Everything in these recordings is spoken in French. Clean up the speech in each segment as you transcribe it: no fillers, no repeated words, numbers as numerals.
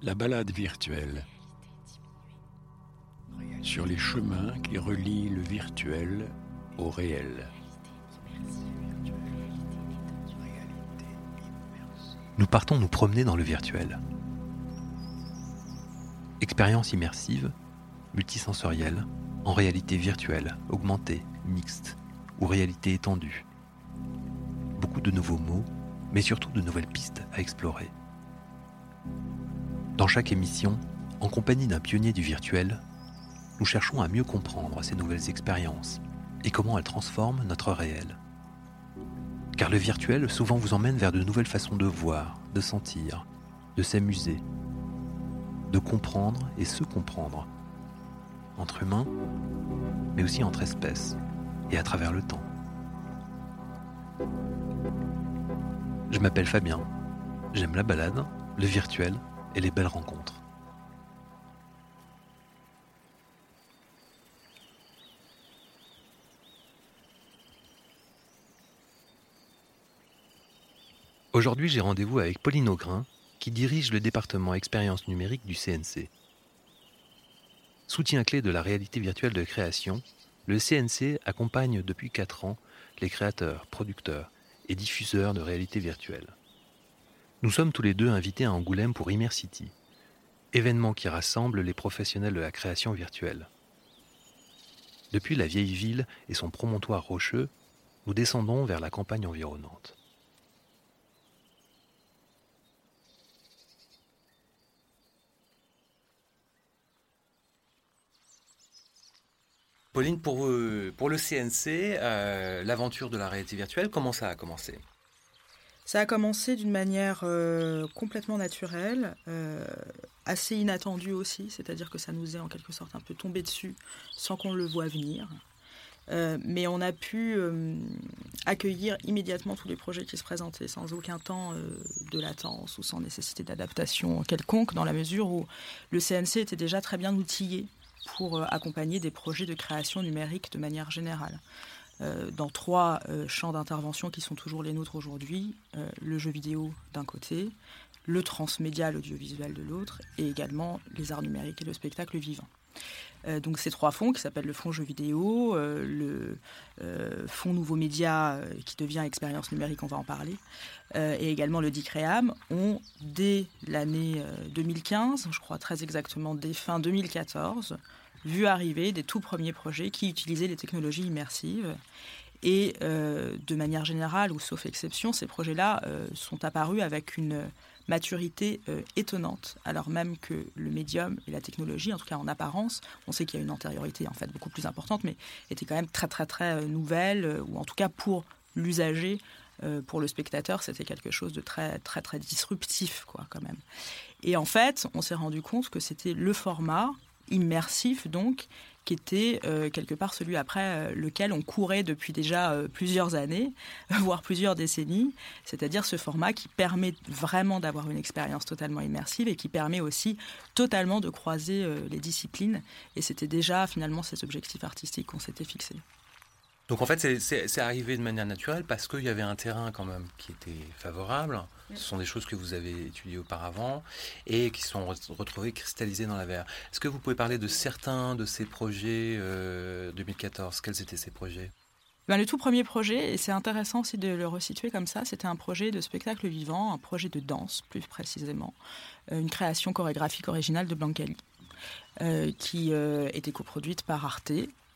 La balade virtuelle. Sur les chemins qui relient le virtuel au réel. Nous partons nous promener dans le virtuel. Expérience immersive, multisensorielle, en réalité virtuelle, augmentée, mixte ou réalité étendue. Beaucoup de nouveaux mots, mais surtout de nouvelles pistes à explorer. Dans chaque émission, en compagnie d'un pionnier du virtuel, nous cherchons à mieux comprendre ces nouvelles expériences et comment elles transforment notre réel. Car le virtuel souvent vous emmène vers de nouvelles façons de voir, de sentir, de s'amuser, de comprendre et se comprendre, entre humains, mais aussi entre espèces et à travers le temps. Je m'appelle Fabien, j'aime la balade, le virtuel et les belles rencontres. Aujourd'hui, j'ai rendez-vous avec Pauline Augrin, qui dirige le département expérience numérique du CNC. Soutien clé de la réalité virtuelle de création, le CNC accompagne depuis 4 ans les créateurs, producteurs et diffuseurs de réalité virtuelle. Nous sommes tous les deux invités à Angoulême pour Immersity, événement qui rassemble les professionnels de la création virtuelle. Depuis la vieille ville et son promontoire rocheux, nous descendons vers la campagne environnante. Pauline, pour le CNC, l'aventure de la réalité virtuelle, comment ça a commencé ? Ça a commencé d'une manière complètement naturelle, assez inattendue aussi, c'est-à-dire que ça nous est en quelque sorte un peu tombé dessus sans qu'on le voie venir. Mais on a pu accueillir immédiatement tous les projets qui se présentaient sans aucun temps de latence ou sans nécessité d'adaptation quelconque, dans la mesure où le CNC était déjà très bien outillé pour accompagner des projets de création numérique de manière générale. Dans 3 champs d'intervention qui sont toujours les nôtres aujourd'hui, le jeu vidéo d'un côté, le transmédia, l'audiovisuel de l'autre, et également les arts numériques et le spectacle vivant. Donc ces 3 fonds qui s'appellent le fonds jeux vidéo, le fonds nouveaux médias qui devient expérience numérique, on va en parler, et également le DICREAM ont dès l'année 2015, je crois très exactement dès fin 2014, vu arriver des tout premiers projets qui utilisaient les technologies immersives. Et de manière générale, ou sauf exception, ces projets-là sont apparus avec une maturité étonnante, alors même que le médium et la technologie, en tout cas en apparence, on sait qu'il y a une antériorité en fait beaucoup plus importante, mais était quand même très très très nouvelle, ou en tout cas pour l'usager, pour le spectateur, c'était quelque chose de très très très disruptif, quoi, quand même. Et en fait, on s'est rendu compte que c'était le format immersif, donc, qui était quelque part celui après lequel on courait depuis déjà plusieurs années, voire plusieurs décennies, c'est-à-dire ce format qui permet vraiment d'avoir une expérience totalement immersive et qui permet aussi totalement de croiser les disciplines. Et c'était déjà finalement ces objectifs artistiques qu'on s'était fixés. Donc en fait, c'est arrivé de manière naturelle parce qu'il y avait un terrain quand même qui était favorable. Ce sont des choses que vous avez étudiées auparavant et qui sont retrouvées cristallisées dans la VR. Est-ce que vous pouvez parler de certains de ces projets 2014 ? Quels étaient ces projets ? Le tout premier projet, et c'est intéressant aussi de le resituer comme ça, c'était un projet de spectacle vivant, un projet de danse plus précisément, une création chorégraphique originale de Blancali, qui était coproduite par Arte,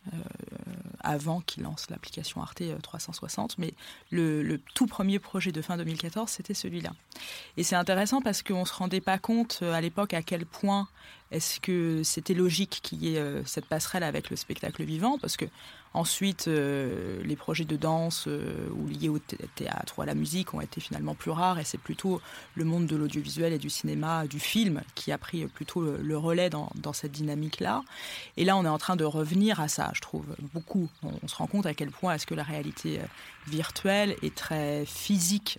avant qu'il lance l'application Arte 360, mais le tout premier projet de fin 2014, c'était celui-là. Et c'est intéressant parce qu'on ne se rendait pas compte à l'époque à quel point est-ce que c'était logique qu'il y ait cette passerelle avec le spectacle vivant, parce que ensuite, les projets de danse ou liés au théâtre ou à la musique ont été finalement plus rares, et c'est plutôt le monde de l'audiovisuel et du cinéma, du film, qui a pris plutôt le relais dans cette dynamique-là. Et là, on est en train de revenir à ça, je trouve, beaucoup. On se rend compte à quel point est-ce que la réalité virtuelle est très physique,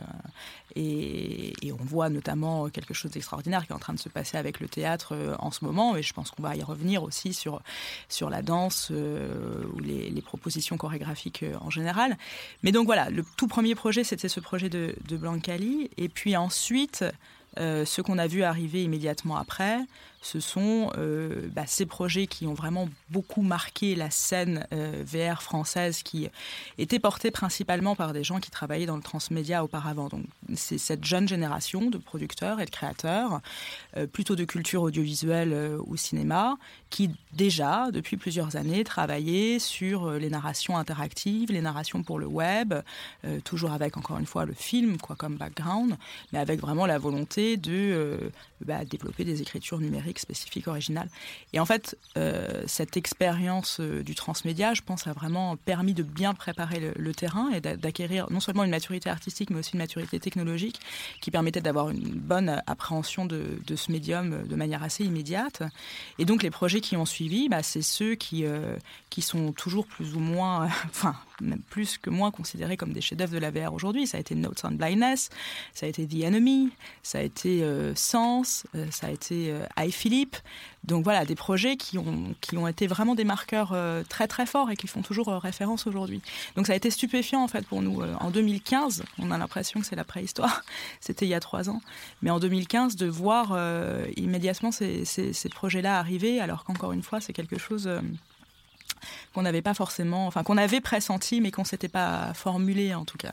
et on voit notamment quelque chose d'extraordinaire qui est en train de se passer avec le théâtre en ce moment, et je pense qu'on va y revenir aussi sur la danse ou les propositions chorégraphiques en général. Mais donc voilà, le tout premier projet, c'était ce projet de Blancali, et puis ensuite, ce qu'on a vu arriver immédiatement après, ce sont ces projets qui ont vraiment beaucoup marqué la scène VR française, qui était portée principalement par des gens qui travaillaient dans le transmédia auparavant. Donc, c'est cette jeune génération de producteurs et de créateurs, plutôt de culture audiovisuelle ou cinéma, qui déjà, depuis plusieurs années, travaillaient sur les narrations interactives, les narrations pour le web, toujours avec, encore une fois, le film comme background, mais avec vraiment la volonté de développer des écritures numériques spécifiques, originales. Et en fait, cette expérience du transmédia, je pense, a vraiment permis de bien préparer le terrain et d'acquérir non seulement une maturité artistique, mais aussi une maturité technologique qui permettait d'avoir une bonne appréhension de ce médium de manière assez immédiate. Et donc, les projets qui ont suivi, c'est ceux qui sont toujours plus ou moins, même plus que moins considérés comme des chefs-d'œuvre de la VR aujourd'hui. Ça a été Notes on Blindness, ça a été The Enemy, ça a été Sense, ça a été iPhilip. Donc voilà, des projets qui ont été vraiment des marqueurs très très forts et qui font toujours référence aujourd'hui. Donc ça a été stupéfiant en fait pour nous. En 2015, on a l'impression que c'est la préhistoire, c'était il y a 3 ans, mais en 2015 de voir immédiatement ces projets-là arriver, alors qu'encore une fois c'est quelque chose qu'on n'avait pas forcément, qu'on avait pressenti mais qu'on ne s'était pas formulé en tout cas.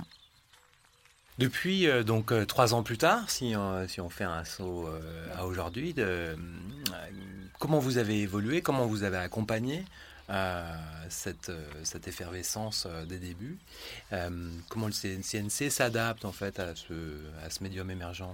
Depuis 3 ans plus tard, si on fait un saut à aujourd'hui, comment vous avez évolué, comment vous avez accompagné cette effervescence des débuts, comment le CNC s'adapte en fait à ce médium émergent?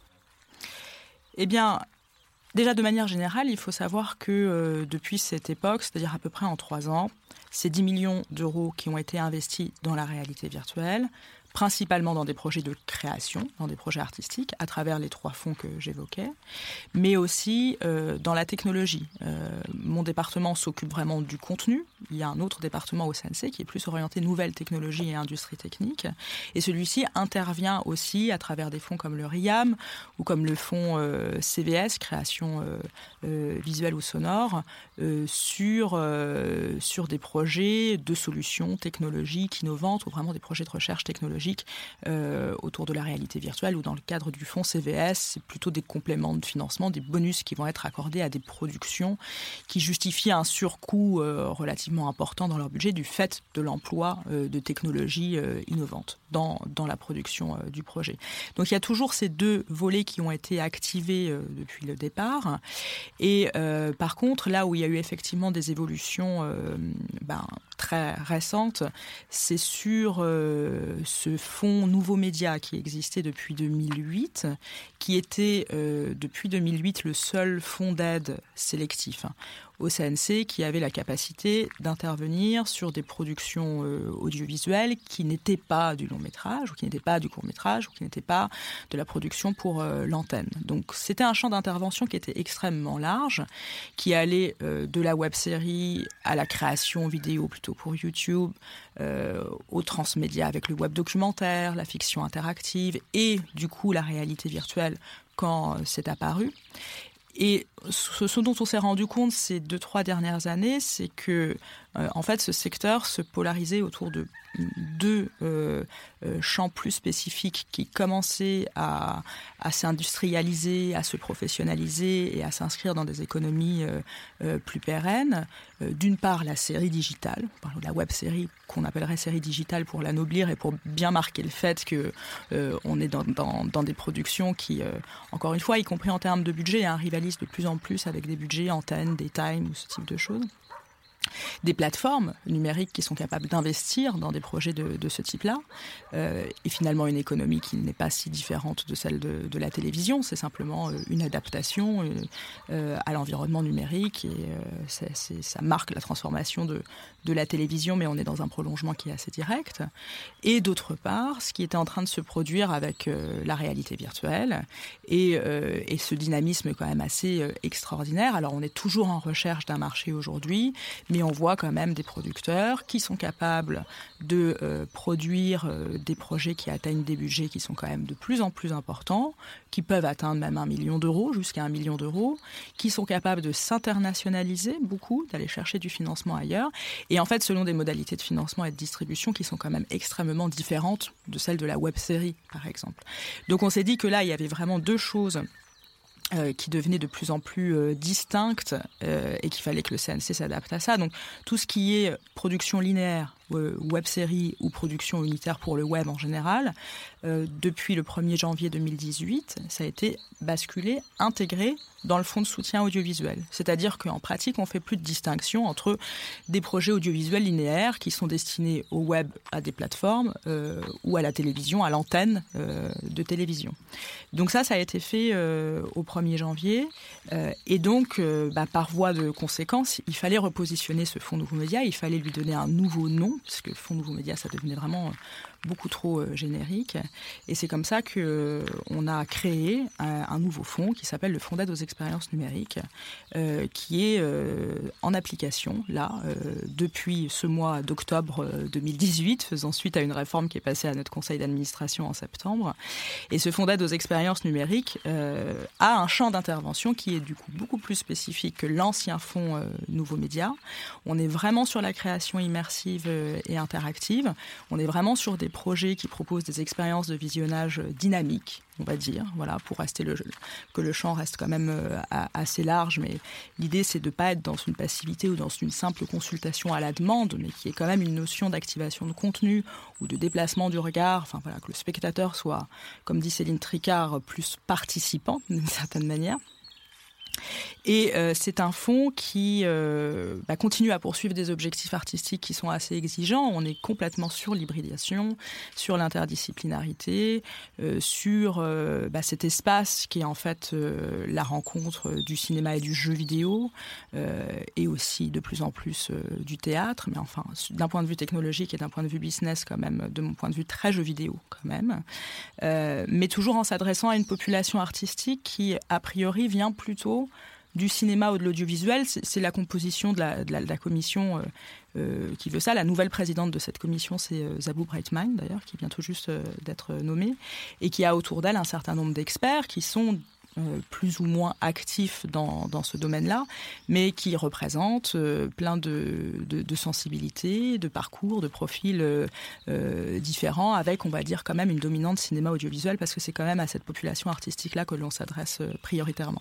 Eh bien, déjà de manière générale, il faut savoir que depuis cette époque, c'est-à-dire à peu près en 3 ans, c'est 10 millions d'euros qui ont été investis dans la réalité virtuelle, principalement dans des projets de création, dans des projets artistiques, à travers les 3 fonds que j'évoquais, mais aussi dans la technologie. Mon département s'occupe vraiment du contenu. Il y a un autre département au CNC qui est plus orienté nouvelles technologies et industrie technique. Et celui-ci intervient aussi à travers des fonds comme le RIAM ou comme le fonds CVS, création visuelle ou sonore, sur des projets de solutions technologiques innovantes ou vraiment des projets de recherche technologique autour de la réalité virtuelle, ou dans le cadre du fonds CVS, c'est plutôt des compléments de financement, des bonus qui vont être accordés à des productions qui justifient un surcoût relativement important dans leur budget du fait de l'emploi de technologies innovantes dans la production du projet. Donc il y a toujours ces 2 volets qui ont été activés depuis le départ. Et par contre, là où il y a eu effectivement des évolutions très récentes, c'est sur ce fonds Nouveaux Médias qui existait depuis 2008, qui était depuis 2008 le seul fonds d'aide sélectif au CNC qui avait la capacité d'intervenir sur des productions audiovisuelles qui n'étaient pas du long métrage, ou qui n'étaient pas du court métrage, ou qui n'étaient pas de la production pour l'antenne. Donc c'était un champ d'intervention qui était extrêmement large, qui allait de la web-série à la création vidéo plutôt pour YouTube, au transmédia avec le web documentaire, la fiction interactive et du coup la réalité virtuelle quand c'est apparu. Et ce dont on s'est rendu compte ces 2-3 dernières années, c'est que en fait, ce secteur se polarisait autour de 2 champs plus spécifiques qui commençaient à s'industrialiser, à se professionnaliser et à s'inscrire dans des économies plus pérennes. D'une part, la série digitale, la web-série qu'on appellerait série digitale pour l'anoblir et pour bien marquer le fait qu'on est dans des productions qui, encore une fois, y compris en termes de budget, rivalisent de plus en plus avec des budgets antennes, daytime ou ce type de choses. Des plateformes numériques qui sont capables d'investir dans des projets de ce type-là, et finalement une économie qui n'est pas si différente de celle de la télévision, c'est simplement une adaptation à l'environnement numérique, et ça marque la transformation de la télévision, mais on est dans un prolongement qui est assez direct. Et d'autre part, ce qui était en train de se produire avec la réalité virtuelle et ce dynamisme quand même assez extraordinaire. Alors on est toujours en recherche d'un marché aujourd'hui, mais on voit voit quand même des producteurs qui sont capables de produire des projets qui atteignent des budgets qui sont quand même de plus en plus importants, qui peuvent atteindre même 1 million d'euros, jusqu'à 1 million d'euros, qui sont capables de s'internationaliser beaucoup, d'aller chercher du financement ailleurs, et en fait selon des modalités de financement et de distribution qui sont quand même extrêmement différentes de celles de la web-série, par exemple. Donc on s'est dit que là, il y avait vraiment deux choses qui devenaient de plus en plus distinctes et qu'il fallait que le CNC s'adapte à ça. Donc tout ce qui est production linéaire, web-série ou production unitaire pour le web en général, depuis le 1er janvier 2018, ça a été basculé, intégré dans le fonds de soutien audiovisuel. C'est-à-dire qu'en pratique, on ne fait plus de distinction entre des projets audiovisuels linéaires qui sont destinés au web, à des plateformes, ou à la télévision, à l'antenne de télévision. Donc ça a été fait au 1er janvier. Et donc, par voie de conséquence, il fallait repositionner ce fonds Nouveaux Médias, il fallait lui donner un nouveau nom, puisque le fonds Nouveaux Médias, ça devenait vraiment beaucoup trop générique. Et c'est comme ça qu'on a créé un nouveau fonds qui s'appelle le Fonds d'aide aux expériences numériques, qui est en application, là, depuis ce mois d'octobre 2018, faisant suite à une réforme qui est passée à notre conseil d'administration en septembre. Et ce Fonds d'aide aux expériences numériques a un champ d'intervention qui est du coup beaucoup plus spécifique que l'ancien fonds Nouveaux Médias. On est vraiment sur la création immersive et interactive. On est vraiment sur des projets qui proposent des expériences de visionnage dynamiques, on va dire, voilà, pour rester que le champ reste quand même assez large, mais l'idée c'est de ne pas être dans une passivité ou dans une simple consultation à la demande, mais qu'il y ait quand même une notion d'activation de contenu ou de déplacement du regard, enfin voilà, que le spectateur soit, comme dit Céline Tricard, plus participant d'une certaine manière. Et c'est un fonds qui continue à poursuivre des objectifs artistiques qui sont assez exigeants. On est complètement sur l'hybridation, sur l'interdisciplinarité, sur cet espace qui est en fait la rencontre du cinéma et du jeu vidéo, et aussi de plus en plus du théâtre, mais enfin d'un point de vue technologique et d'un point de vue business quand même, de mon point de vue très jeu vidéo quand même, mais toujours en s'adressant à une population artistique qui a priori vient plutôt du cinéma ou de l'audiovisuel. C'est la composition de la commission qui veut ça. La nouvelle présidente de cette commission, c'est Zabou Breitman, d'ailleurs, qui vient tout juste d'être nommée, et qui a autour d'elle un certain nombre d'experts qui sont plus ou moins actifs dans ce domaine-là, mais qui représentent plein de sensibilités, de parcours, de profils différents, avec, on va dire, quand même une dominante cinéma audiovisuel, parce que c'est quand même à cette population artistique-là que l'on s'adresse prioritairement.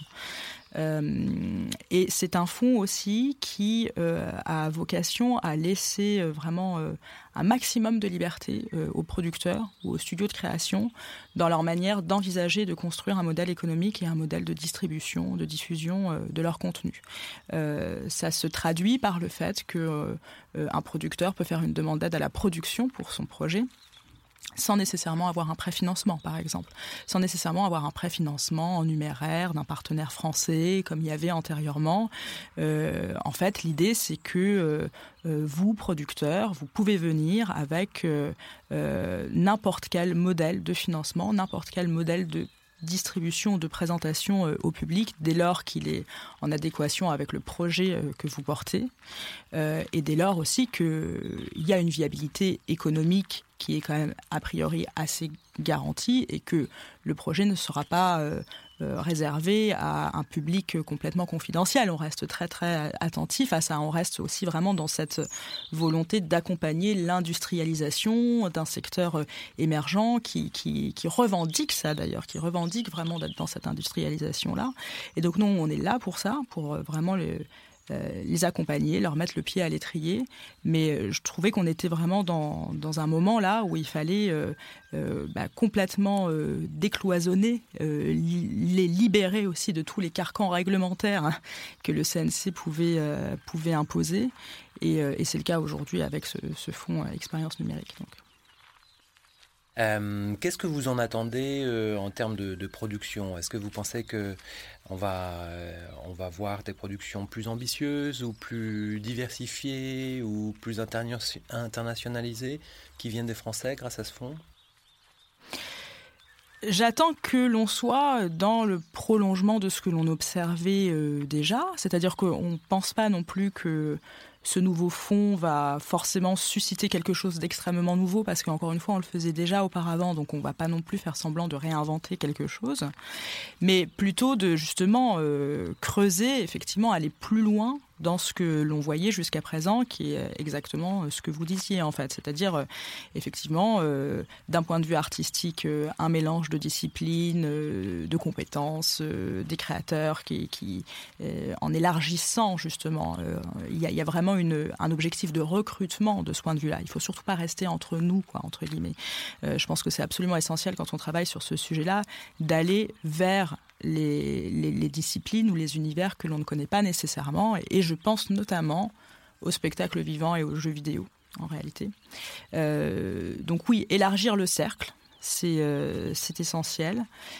Et c'est un fonds aussi qui a vocation à laisser vraiment un maximum de liberté aux producteurs ou aux studios de création dans leur manière d'envisager de construire un modèle économique et un modèle de distribution, de diffusion de leur contenu. Ça se traduit par le fait qu'un producteur peut faire une demande d'aide à la production pour son projet, sans nécessairement avoir un préfinancement, par exemple. Sans nécessairement avoir un préfinancement en numéraire d'un partenaire français, comme il y avait antérieurement. En fait, l'idée, c'est que vous, producteurs, vous pouvez venir avec n'importe quel modèle de financement, n'importe quel modèle de distribution, de présentation au public, dès lors qu'il est en adéquation avec le projet que vous portez, et dès lors aussi qu'il y a une viabilité économique qui est quand même a priori assez garantie, et que le projet ne sera pas réservé à un public complètement confidentiel. On reste très très attentif à ça. On reste aussi vraiment dans cette volonté d'accompagner l'industrialisation d'un secteur émergent qui revendique ça d'ailleurs, qui revendique vraiment d'être dans cette industrialisation-là. Et donc nous, on est là pour ça, pour vraiment les accompagner, leur mettre le pied à l'étrier. Mais je trouvais qu'on était vraiment dans un moment là où il fallait complètement décloisonner, les libérer aussi de tous les carcans réglementaires que le CNC pouvait imposer. Et c'est le cas aujourd'hui avec ce fonds Expérience numérique. Donc. Qu'est-ce que vous en attendez en termes de production ? Est-ce que vous pensez qu'on va voir des productions plus ambitieuses ou plus diversifiées ou plus internationalisées qui viennent des Français grâce à ce fonds ? J'attends que l'on soit dans le prolongement de ce que l'on observait déjà, c'est-à-dire qu'on ne pense pas non plus que ce nouveau fonds va forcément susciter quelque chose d'extrêmement nouveau, parce qu'encore une fois, on le faisait déjà auparavant, donc on ne va pas non plus faire semblant de réinventer quelque chose, mais plutôt de justement creuser, effectivement, aller plus loin dans ce que l'on voyait jusqu'à présent, qui est exactement ce que vous disiez, en fait. C'est-à-dire, effectivement, d'un point de vue artistique, un mélange de disciplines, de compétences, des créateurs qui en élargissant, justement, il y a vraiment un objectif de recrutement de ce point de vue-là. Il ne faut surtout pas rester entre nous, quoi, entre guillemets. Je pense que c'est absolument essentiel, quand on travaille sur ce sujet-là, d'aller vers les disciplines ou les univers que l'on ne connaît pas nécessairement, et je pense notamment au spectacle vivant et aux jeux vidéo, en réalité. Donc oui, élargir le cercle, c'est essentiel.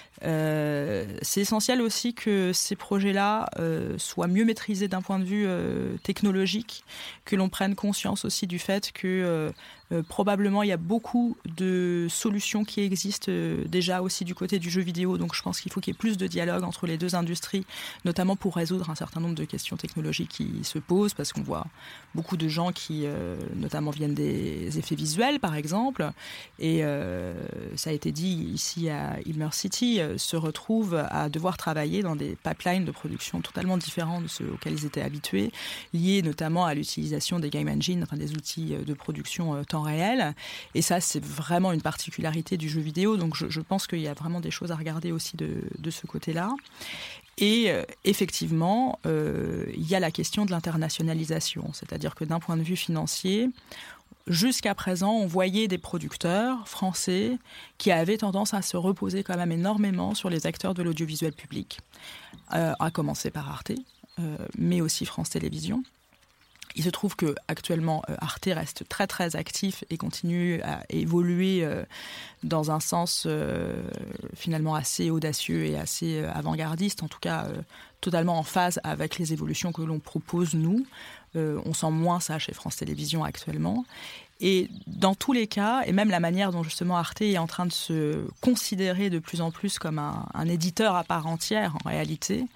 C'est essentiel aussi que ces projets-là soient mieux maîtrisés d'un point de vue technologique, que l'on prenne conscience aussi du fait que probablement il y a beaucoup de solutions qui existent déjà aussi du côté du jeu vidéo, donc je pense qu'il faut qu'il y ait plus de dialogue entre les deux industries, notamment pour résoudre un certain nombre de questions technologiques qui se posent, parce qu'on voit beaucoup de gens qui notamment viennent des effets visuels par exemple, et ça a été dit ici à Immersity, se retrouvent à devoir travailler dans des pipelines de production totalement différents de ceux auxquels ils étaient habitués, liés notamment à l'utilisation des game engines, enfin des outils de production temps réel. Et ça, c'est vraiment une particularité du jeu vidéo. Donc je pense qu'il y a vraiment des choses à regarder aussi de ce côté-là. Et effectivement, il y a la question de l'internationalisation. C'est-à-dire que d'un point de vue financier, jusqu'à présent, on voyait des producteurs français qui avaient tendance à se reposer quand même énormément sur les acteurs de l'audiovisuel public, à commencer par Arte, mais aussi France Télévisions. Il se trouve qu'actuellement, Arte reste très très actif et continue à évoluer dans un sens finalement assez audacieux et assez avant-gardiste, en tout cas totalement en phase avec les évolutions que l'on propose nous. On sent moins ça chez France Télévisions actuellement. Et dans tous les cas, et même la manière dont justement Arte est en train de se considérer de plus en plus comme un éditeur à part entière en réalité,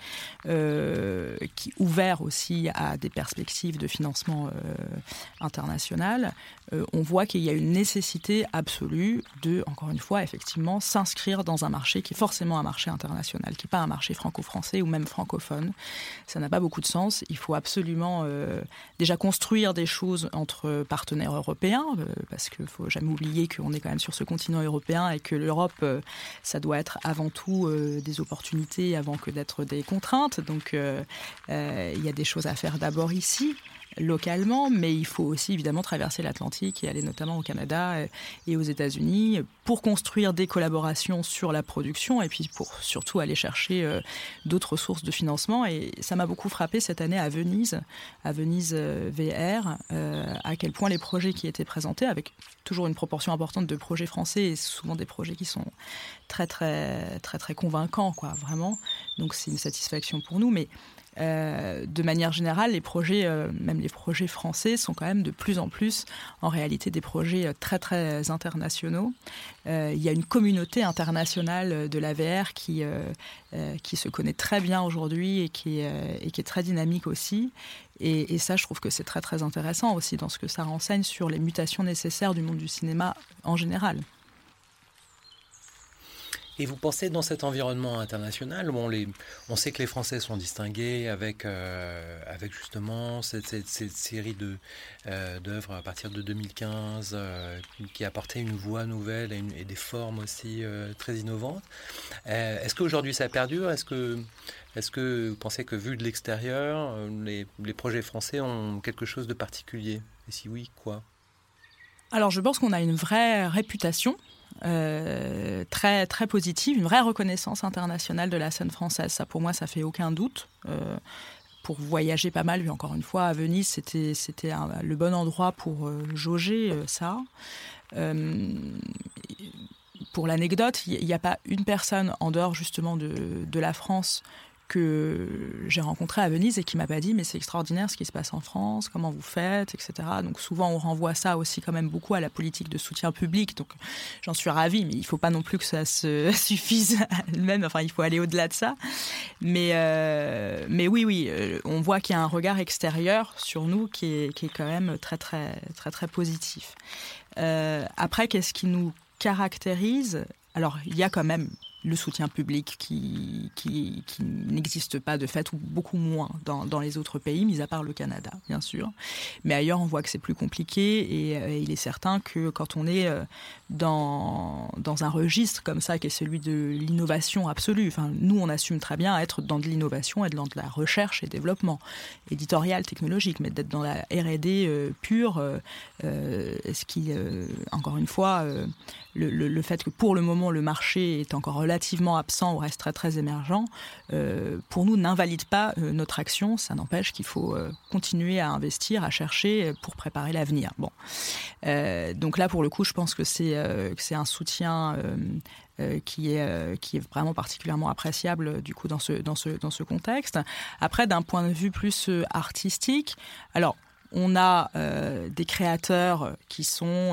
qui ouvert aussi à des perspectives de financement international, on voit qu'il y a une nécessité absolue de, encore une fois, effectivement, s'inscrire dans un marché qui est forcément un marché international, qui n'est pas un marché franco-français ou même francophone. Ça n'a pas beaucoup de sens. Il faut absolument déjà construire des choses entre partenaires européens, parce qu'il ne faut jamais oublier qu'on est quand même sur ce continent européen et que l'Europe, ça doit être avant tout des opportunités avant que d'être des contraintes. Donc il y a des choses à faire d'abord ici, localement, mais il faut aussi évidemment traverser l'Atlantique et aller notamment au Canada et aux États-Unis pour construire des collaborations sur la production et puis pour surtout aller chercher d'autres sources de financement. Et ça m'a beaucoup frappé cette année à Venise VR, à quel point les projets qui étaient présentés, avec toujours une proportion importante de projets français et souvent des projets qui sont très très très très convaincants, quoi, vraiment. Donc c'est une satisfaction pour nous, mais de manière générale, les projets, même les projets français, sont quand même de plus en plus, en réalité, des projets très très internationaux. Il y a une communauté internationale de la VR qui se connaît très bien aujourd'hui et qui est très dynamique aussi. Et ça, je trouve que c'est très très intéressant aussi dans ce que ça renseigne sur les mutations nécessaires du monde du cinéma en général. Et vous pensez dans cet environnement international où on sait que les Français sont distingués avec justement cette série d'œuvres à partir de 2015 qui apportaient une voix nouvelle et des formes aussi très innovantes. Est-ce qu'aujourd'hui ça perdure ? Est-ce que vous pensez que vu de l'extérieur, les projets français ont quelque chose de particulier ? Et si oui, quoi ? Alors je pense qu'on a une vraie réputation très, très positive, une vraie reconnaissance internationale de la scène française. Ça, pour moi, ça fait aucun doute. Pour voyager pas mal, encore une fois, à Venise, c'était le bon endroit pour jauger ça. Pour l'anecdote, il n'y a pas une personne en dehors justement de la France que j'ai rencontré à Venise et qui m'a pas dit mais c'est extraordinaire ce qui se passe en France, comment vous faites, etc. Donc souvent on renvoie ça aussi quand même beaucoup à la politique de soutien public, donc j'en suis ravie, mais il faut pas non plus que ça se suffise à elle-même, enfin il faut aller au-delà de ça. Mais oui, on voit qu'il y a un regard extérieur sur nous qui est quand même très très très très positif. Après, qu'est-ce qui nous caractérise ? Alors il y a quand même le soutien public qui n'existe pas de fait, ou beaucoup moins dans les autres pays, mis à part le Canada, bien sûr. Mais ailleurs, on voit que c'est plus compliqué et il est certain que quand on est dans un registre comme ça, qui est celui de l'innovation absolue, enfin, nous, on assume très bien être dans de l'innovation et dans de la recherche et développement éditorial, technologique, mais d'être dans la R&D pure, ce qui, encore une fois... Le fait que pour le moment le marché est encore relativement absent ou reste très très émergent, pour nous n'invalide pas notre action. Ça n'empêche qu'il faut continuer à investir, à chercher pour préparer l'avenir. Bon, donc là pour le coup, je pense que c'est un soutien qui est vraiment particulièrement appréciable du coup dans ce contexte. Après, d'un point de vue plus artistique, alors on a des créateurs qui sont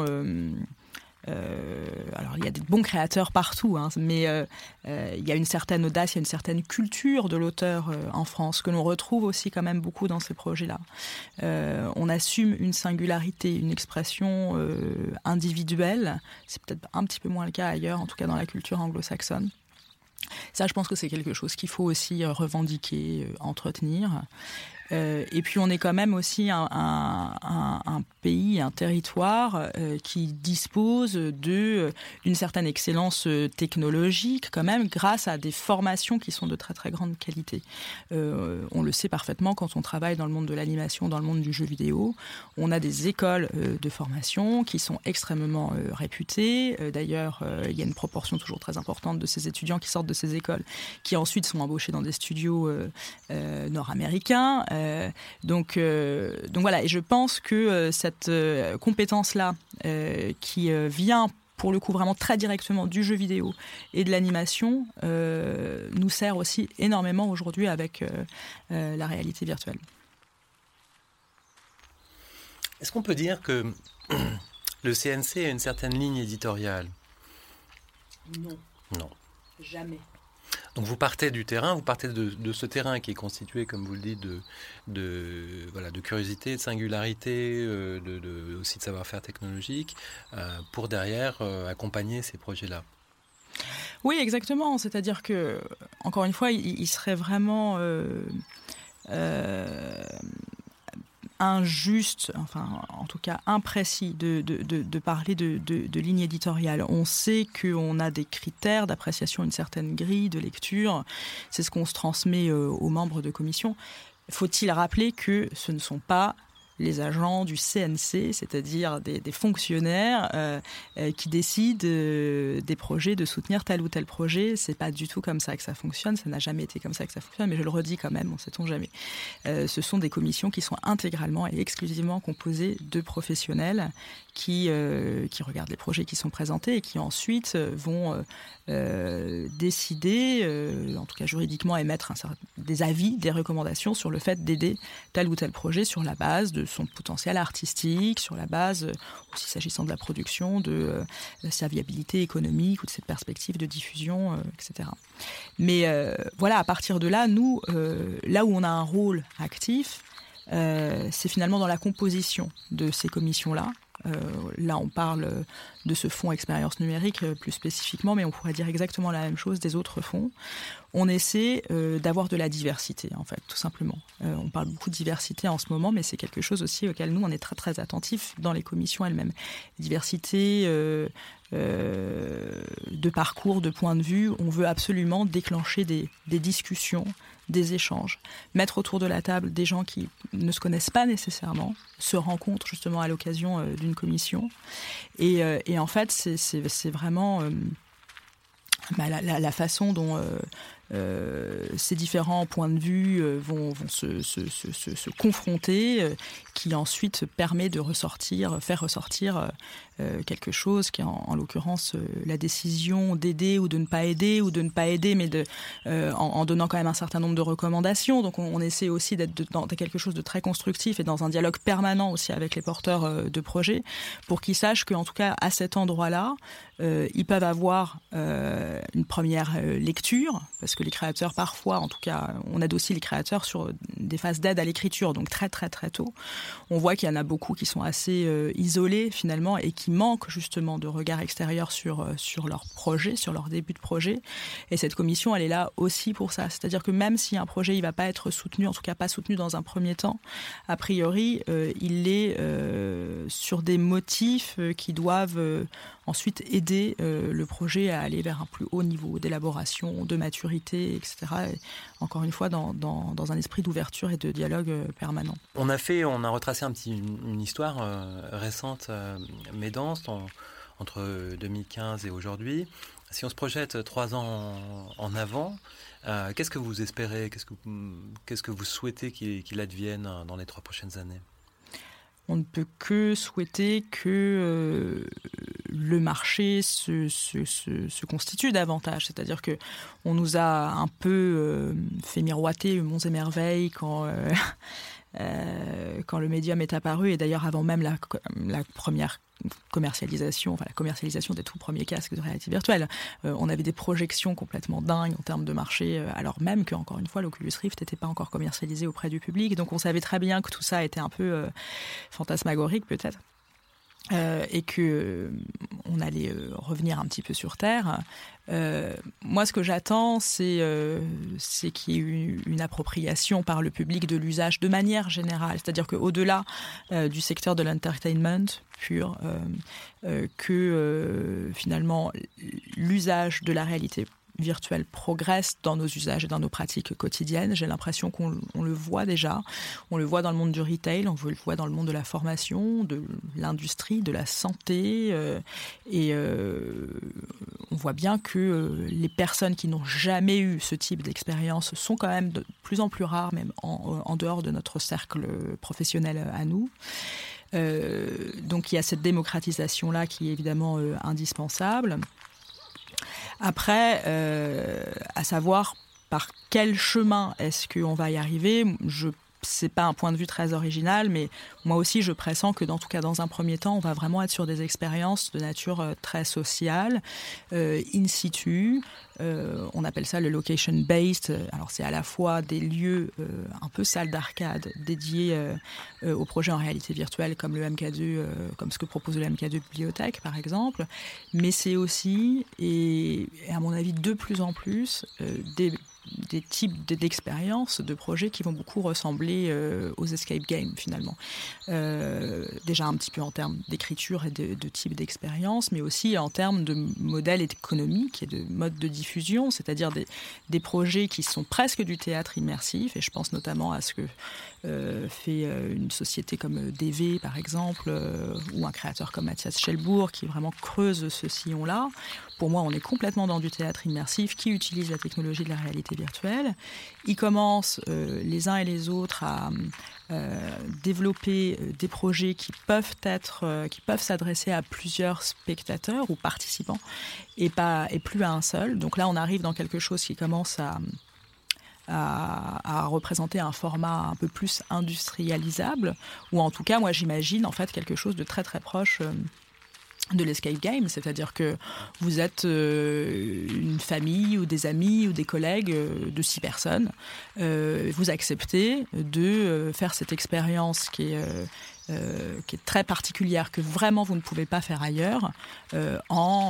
alors il y a des bons créateurs partout, hein, mais il y a une certaine audace, il y a une certaine culture de l'auteur en France que l'on retrouve aussi quand même beaucoup dans ces projets-là. On assume une singularité, une expression individuelle. C'est peut-être un petit peu moins le cas ailleurs, en tout cas dans la culture anglo-saxonne. Ça, je pense que c'est quelque chose qu'il faut aussi revendiquer, entretenir. Et puis on est quand même aussi un pays, un territoire qui dispose d'une certaine excellence technologique quand même, grâce à des formations qui sont de très très grande qualité. On le sait parfaitement quand on travaille dans le monde de l'animation, dans le monde du jeu vidéo. On a des écoles de formation qui sont extrêmement réputées. D'ailleurs, il y a une proportion toujours très importante de ces étudiants qui sortent de ces écoles, qui ensuite sont embauchés dans des studios nord-américains. Donc voilà, et je pense que cette compétence-là qui vient pour le coup vraiment très directement du jeu vidéo et de l'animation nous sert aussi énormément aujourd'hui avec la réalité virtuelle. Est-ce qu'on peut dire que le CNC a une certaine ligne éditoriale ? Non. Jamais. Donc vous partez du terrain, vous partez de ce terrain qui est constitué, comme vous le dites, de curiosité, de singularité, aussi de savoir-faire technologique, pour derrière accompagner ces projets-là. Oui, exactement. C'est-à-dire que, encore une fois, il serait vraiment injuste, enfin en tout cas imprécis de parler de ligne éditoriale. On sait qu'on a des critères d'appréciation, une certaine grille de lecture. C'est ce qu'on se transmet aux membres de commission. Faut-il rappeler que ce ne sont pas les agents du CNC, c'est-à-dire des fonctionnaires qui décident des projets, de soutenir tel ou tel projet. C'est pas du tout comme ça que ça fonctionne, ça n'a jamais été comme ça que ça fonctionne, mais je le redis quand même, on ne sait-on jamais. Ce sont des commissions qui sont intégralement et exclusivement composées de professionnels qui regardent les projets qui sont présentés et qui ensuite vont décider, en tout cas juridiquement émettre des avis, des recommandations sur le fait d'aider tel ou tel projet sur la base de son potentiel artistique, sur la base, aussi s'agissant de la production, de sa viabilité économique ou de cette perspective de diffusion, etc. Mais voilà, à partir de là, nous, là où on a un rôle actif, c'est finalement dans la composition de ces commissions-là. Là, on parle de ce fonds expérience numérique plus spécifiquement, mais on pourrait dire exactement la même chose des autres fonds. On essaie d'avoir de la diversité, en fait, tout simplement. On parle beaucoup de diversité en ce moment, mais c'est quelque chose aussi auquel nous, on est très, très attentifs dans les commissions elles-mêmes. Diversité de parcours, de points de vue. On veut absolument déclencher des discussions, des échanges, mettre autour de la table des gens qui ne se connaissent pas nécessairement, se rencontrent justement à l'occasion d'une commission. Et en fait, c'est vraiment la façon dont ces différents points de vue vont se confronter, qui ensuite permet de faire ressortir quelque chose qui est en l'occurrence la décision d'aider ou de ne pas aider, mais en donnant quand même un certain nombre de recommandations. Donc on essaie aussi d'être dans quelque chose de très constructif et dans un dialogue permanent aussi avec les porteurs de projets, pour qu'ils sachent qu'en tout cas à cet endroit-là, ils peuvent avoir une première lecture, parce que les créateurs parfois, en tout cas, on aide aussi les créateurs sur des phases d'aide à l'écriture, donc très très très tôt. On voit qu'il y en a beaucoup qui sont assez isolés finalement et qui manquent justement de regard extérieur sur leur projet, sur leur début de projet. Et cette commission, elle est là aussi pour ça. C'est-à-dire que même si un projet il va pas être soutenu, en tout cas pas soutenu dans un premier temps, a priori, il est sur des motifs qui doivent ensuite aider le projet à aller vers un plus haut niveau d'élaboration, de maturité, etc. Et encore une fois, dans un esprit d'ouverture et de dialogue permanent. On a retracé une histoire récente, mais dense, entre 2015 et aujourd'hui. Si on se projette 3 ans en avant, qu'est-ce que vous espérez, qu'est-ce que vous souhaitez qu'il advienne dans les 3 prochaines années ? On ne peut que souhaiter que le marché se constitue davantage. C'est-à-dire qu'on nous a un peu fait miroiter monts et merveilles quand le médium est apparu, et d'ailleurs avant même la première commercialisation, la commercialisation des tout premiers casques de réalité virtuelle. On avait des projections complètement dingues en termes de marché, alors même que, encore une fois, l'Oculus Rift n'était pas encore commercialisé auprès du public. Donc on savait très bien que tout ça était un peu fantasmagorique peut-être. Et que on allait revenir un petit peu sur Terre. Moi, ce que j'attends, c'est qu'il y ait eu une appropriation par le public de l'usage de manière générale. C'est-à-dire qu'au-delà du secteur de l'entertainment pur, que finalement l'usage de la réalité virtuelle progresse dans nos usages et dans nos pratiques quotidiennes. J'ai l'impression qu'on le voit déjà. On le voit dans le monde du retail, on le voit dans le monde de la formation, de l'industrie, de la santé. Et on voit bien que les personnes qui n'ont jamais eu ce type d'expérience sont quand même de plus en plus rares, même en dehors de notre cercle professionnel à nous. Donc il y a cette démocratisation-là qui est évidemment indispensable. Après, à savoir par quel chemin est-ce qu'on va y arriver, c'est pas un point de vue très original, mais moi aussi je pressens que en tout cas dans un premier temps, on va vraiment être sur des expériences de nature très sociale, in situ. On appelle ça le location-based. Alors c'est à la fois des lieux un peu salles d'arcade dédiés aux projets en réalité virtuelle comme le MK2, comme ce que propose le MK2 Bibliothèque par exemple, mais c'est aussi, et à mon avis de plus en plus, des types d'expériences, de projets qui vont beaucoup ressembler aux escape games finalement. Déjà un petit peu en termes d'écriture et de type d'expérience, mais aussi en termes de modèles économiques et de modes de diffusion, c'est-à-dire des projets qui sont presque du théâtre immersif, et je pense notamment à ce que fait une société comme DV par exemple, ou un créateur comme Mathias Schelbourg qui vraiment creuse ce sillon-là. Pour moi, on est complètement dans du théâtre immersif qui utilise la technologie de la réalité virtuelle. Ils commencent les uns et les autres à développer des projets qui peuvent s'adresser à plusieurs spectateurs ou participants et plus à un seul. Donc là, on arrive dans quelque chose qui commence à représenter un format un peu plus industrialisable, ou en tout cas, moi, j'imagine en fait quelque chose de très très proche de l'escape game, c'est-à-dire que vous êtes une famille ou des amis ou des collègues de 6 personnes, vous acceptez de faire cette expérience qui est très particulière, que vraiment vous ne pouvez pas faire ailleurs, en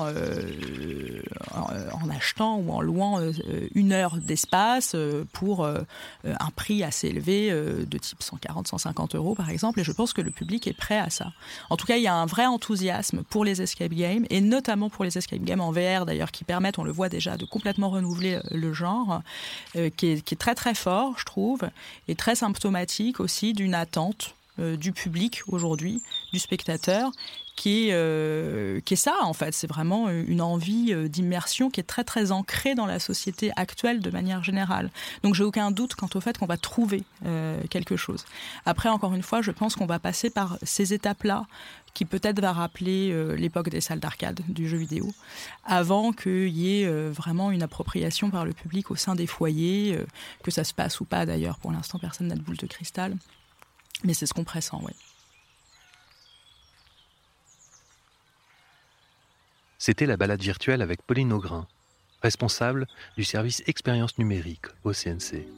achetant ou en louant 1 heure d'espace pour un prix assez élevé de type 140-150 € par exemple, et je pense que le public est prêt à ça. En tout cas, il y a un vrai enthousiasme pour les escape games, et notamment pour les escape games en VR d'ailleurs, qui permettent, on le voit déjà, de complètement renouveler le genre, qui est très très fort, je trouve, et très symptomatique aussi d'une attente du public aujourd'hui, du spectateur, qui est ça, en fait. C'est vraiment une envie d'immersion qui est très, très ancrée dans la société actuelle de manière générale. Donc, j'ai aucun doute quant au fait qu'on va trouver quelque chose. Après, encore une fois, je pense qu'on va passer par ces étapes-là qui peut-être va rappeler l'époque des salles d'arcade du jeu vidéo, avant qu'il y ait vraiment une appropriation par le public au sein des foyers, que ça se passe ou pas d'ailleurs. Pour l'instant, personne n'a de boule de cristal, mais c'est ce qu'on pressent, ouais. C'était la balade virtuelle avec Pauline Augrain, responsable du service expérience numérique au CNC.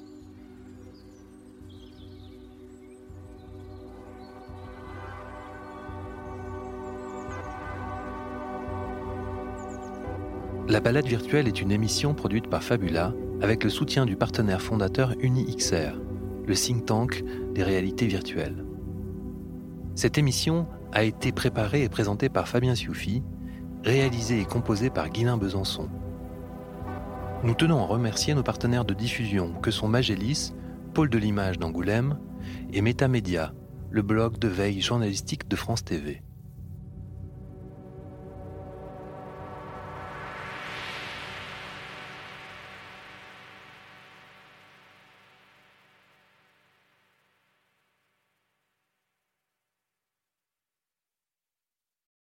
La balade virtuelle est une émission produite par Fabula avec le soutien du partenaire fondateur UniXR, le think tank des réalités virtuelles. Cette émission a été préparée et présentée par Fabien Sioufi, réalisée et composée par Guylain Besançon. Nous tenons à remercier nos partenaires de diffusion que sont Magélis, Pôle de l'image d'Angoulême et Métamédia, le blog de veille journalistique de France TV.